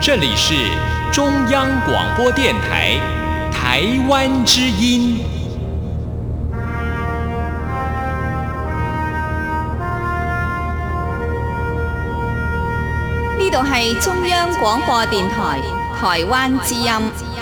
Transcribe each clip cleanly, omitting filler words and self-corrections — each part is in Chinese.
这里是中央广播电台台湾之音。 呢度係中央廣播電台台灣之音。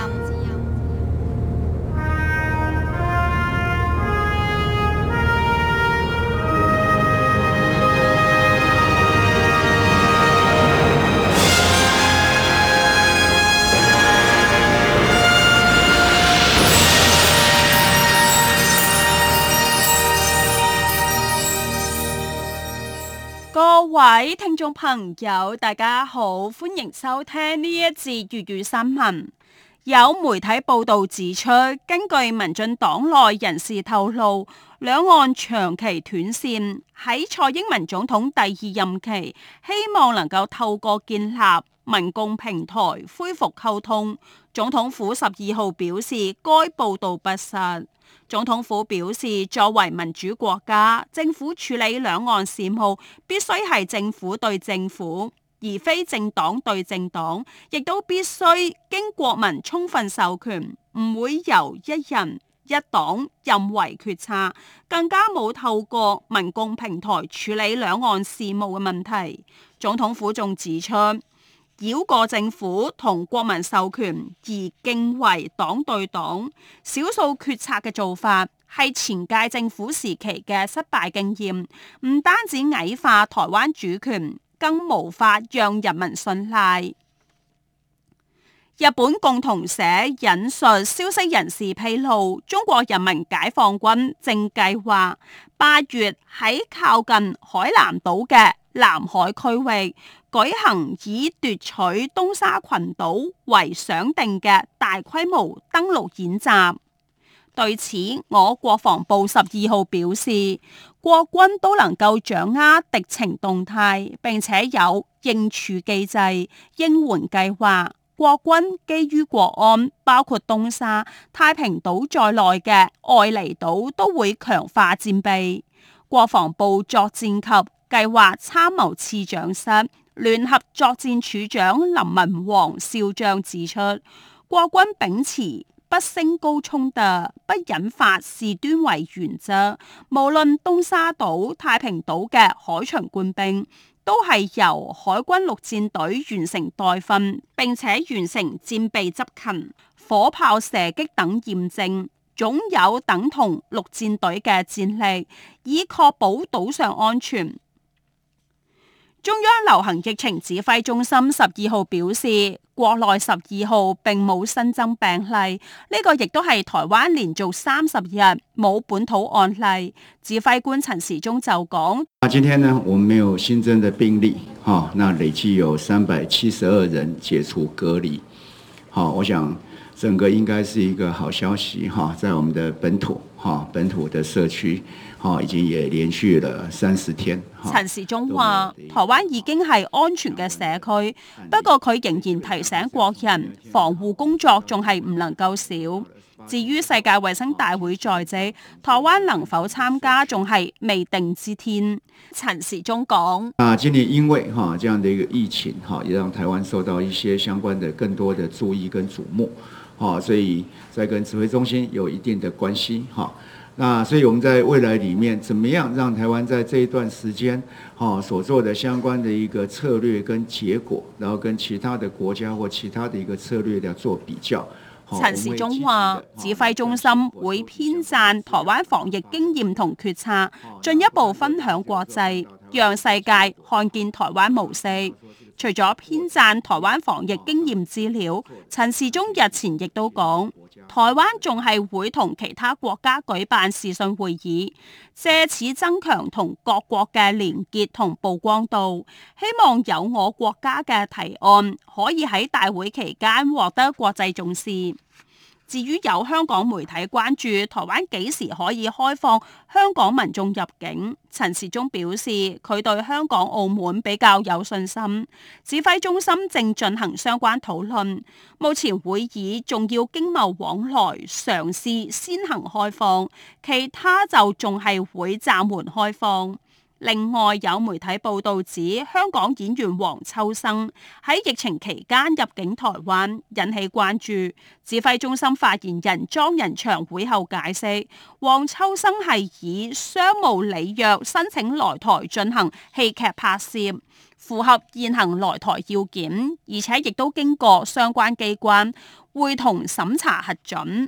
各位聽眾朋友，大家好，歡迎收聽呢一節粵語新聞。有媒體報道指出，根據民進黨內人士透露，兩岸長期斷線，喺蔡英文總統第二任期，希望能夠透過建立民共平台恢復溝通。總統府12號表示，該報道不實。總統府表示，作為民主國家，政府處理兩岸事務必須係政府對政府，而非政黨對政黨，亦都必須經國民充分授權，唔會由一人一黨任為決策，更加冇透過民共平台處理兩岸事務嘅問題。總統府仲指出，繞過政府同國民授權而競為黨對黨、少數決策嘅做法，係前屆政府時期嘅失敗經驗，唔單止矮化台灣主權，更無法讓人民信賴。日本共同社引述消息人士披露，中國人民解放軍正計劃8月喺靠近海南島嘅南海區域舉行以奪取東沙群島為想定嘅大規模登陸演習。對此，我國防部12號表示，國軍都能夠掌握敵情動態，並且有應處機制、應援計劃。國軍基於國安，包括東沙、太平島在內嘅外離島都會強化戰備。國防部作戰及計劃參謀次長室聯合作戰處長林文煌少將指出，國軍秉持不升高衝突、不引發事端為原則，無論東沙島、太平島嘅海巡官兵，都係由海軍陸戰隊完成代訓，並且完成戰備執勤、火炮射擊等驗證，總有等同陸戰隊嘅戰力，以確保島上安全。中央流行疫情指揮中心12號表示，國內12號並冇新增病例，呢個亦都係台灣連續30日冇本土案例。指揮官陳時中就講： 今天呢，我們沒有新增的病例，那累計有372人解除隔離，我想整個應該是一個好消息，在我們的本土的社區。已經也連續了30天。 陳時中話：台灣已經係安全嘅社區，不過佢仍然提醒國人，防護工作仲係唔能夠少。至於世界衛生大會在即，台灣能否參加仲係未定之天。陳時中講： 今年因為這樣的一個疫情，也讓台灣受到一些相關的更多的注意跟矚目，所以在跟指揮中心有一定的關係。那所以我們在未來裡面，怎麼樣讓台灣在這一段時間，所做的相關的一個策略跟結果，然後跟其他的國家或其他的一個策略嚟做比較。 陳時中話，指揮中心會編撰台灣防疫經驗同決策，進一步分享國際，讓世界看見台灣模式。除咗編撰台灣防疫經驗資料，陳時中日前亦都講，台灣仲係會同其他國家舉辦視訊會議，藉此增強同各國嘅連結同曝光度，希望有我國家嘅提案可以喺大會期間獲得國際重視。至於有香港媒體關注台灣幾時可以開放香港民眾入境，陳時中表示佢對香港、澳門比較有信心，指揮中心正進行相關討論，目前會以重要經貿往來嘗試先行開放，其他就仲係會暫緩開放。 另外有媒體報道指，香港演員黃秋生喺疫情期間入境台灣，引起關注。指揮中心發言人莊人祥會後解釋，黃秋生係以商務履約申請來台進行戲劇拍攝，符合現行來台要件，而且亦都經過相關機關會同審查核准。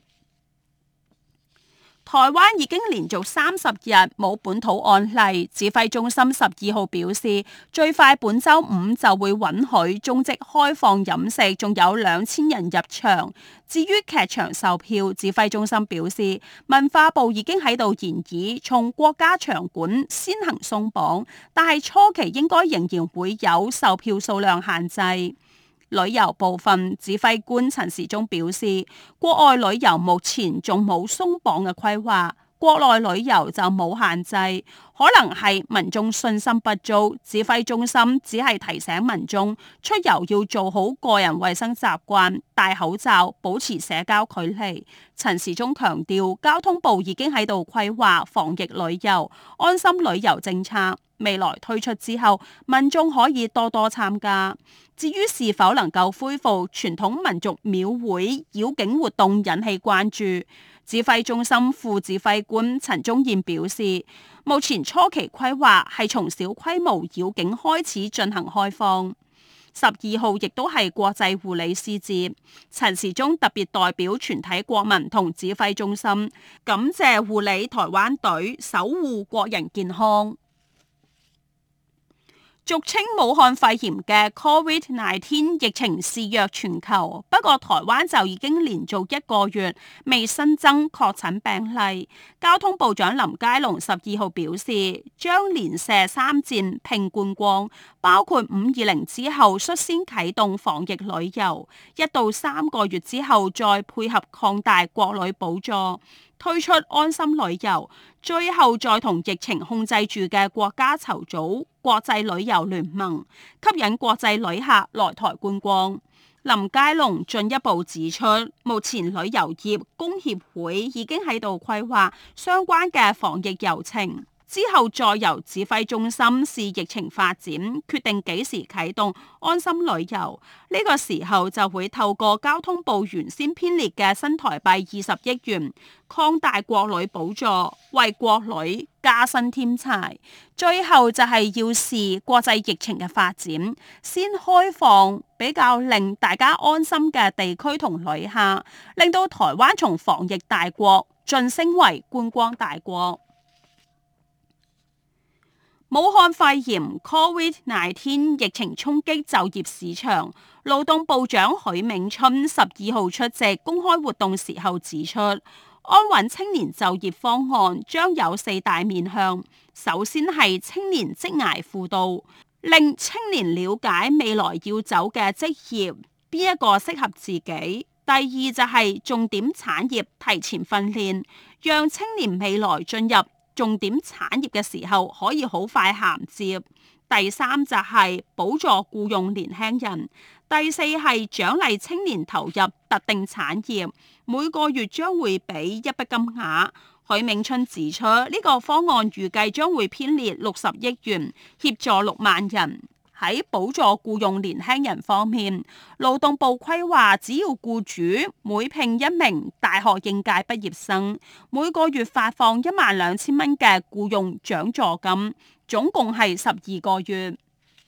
台灣已經連續30日冇本土案例，指揮中心12號表示，最快本週5就會允許中職開放飲食，仲有2000人入場。至於劇場售票，指揮中心表示，文化部已經喺度研議從國家場館先行鬆綁，但係初期應該仍然會有售票數量限制。旅遊部分指揮官陳時中表示，國外旅遊目前仲冇鬆綁嘅規劃，國內旅遊就冇限制，可能係民眾信心不足。指揮中心只係提醒民眾出遊要做好個人衛生習慣，戴口罩，保持社交距離。陳時中強調，交通部已經喺度規劃防疫旅遊、安心旅遊政策，未來推出之後，民眾可以多多參加。至於是否能夠恢復傳統民族廟會繞境活動，引起關注。指揮中心副指揮官陳宗彥表示，目前初期規劃係從小規模繞境開始進行開放。12號亦都係國際護理師節，陳時中特別代表全體國民同指揮中心，感謝護理台灣隊守護國人健康。俗稱武漢肺炎嘅 COVID-19 疫情肆虐全球，不過台灣就已經連續1個月未新增確診病例。交通部長林佳龍12號表示，將連射3箭拼觀光，包括520之後率先啟動防疫旅遊，1到3個月之後再配合擴大國旅補助，推出安心旅遊，最後再同疫情控制住嘅國家籌組國際旅遊聯盟，吸引國際旅客來台觀光。林佳龍進一步指出，目前旅遊業工協會已經喺度規劃相關嘅防疫遊程，之後再由指揮中心視疫情發展，決定幾時啟動安心旅遊。呢個時候就會透過交通部原先編列嘅新台幣20億元，擴大國旅補助，為國旅加薪添柴。最後就係要視國際疫情嘅發展，先開放比較令大家安心嘅地區同旅客，令到台灣從防疫大國晉升為觀光大國。武漢肺炎 COVID-19 疫情衝擊就業市場，勞動部長許銘春12號出席公開活動時候指出，安穩青年就業方案將有4大面向。首先係青年職涯輔導，令青年了解未來要走嘅職業邊一個適合自己。第二就係重點產業提前訓練，讓青年未來進入重點產業嘅時候可以好快銜接。第三就係補助僱用年輕人。第四係獎勵青年投入特定產業，每個月將會俾一筆金額。許銘春指出，呢個方案預計將會編列60億元，協助6萬人。喺補助僱用年輕人方面，勞動部規劃只要僱主每聘1名大學應屆畢業生，每個月發放12000蚊嘅僱用獎助金，總共係12個月。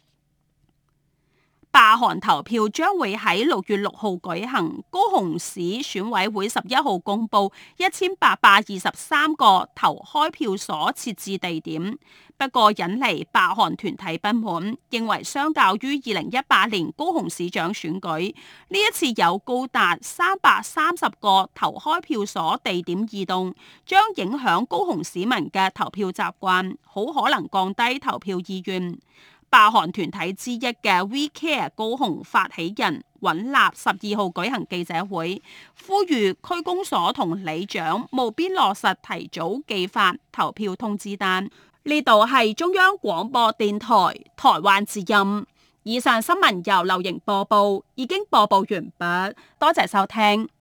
罷韓投票將會喺6月6號舉行，高雄市選委會11號公布1823個投開票所設置地點，不過引嚟罷韓團體不滿，認為相較於2018年高雄市長選舉，呢一次有高達330個投開票所地點異動，將影響高雄市民嘅投票習慣，好可能降低投票意願。罷韓團體之一嘅 We Care 高雄發起人尹立12號舉行記者會，呼籲區公所同里長務必落實提早寄發投票通知單。呢度係中央廣播電台台灣之音。以上新聞由劉瑩播報，已經播報完畢，多謝收聽。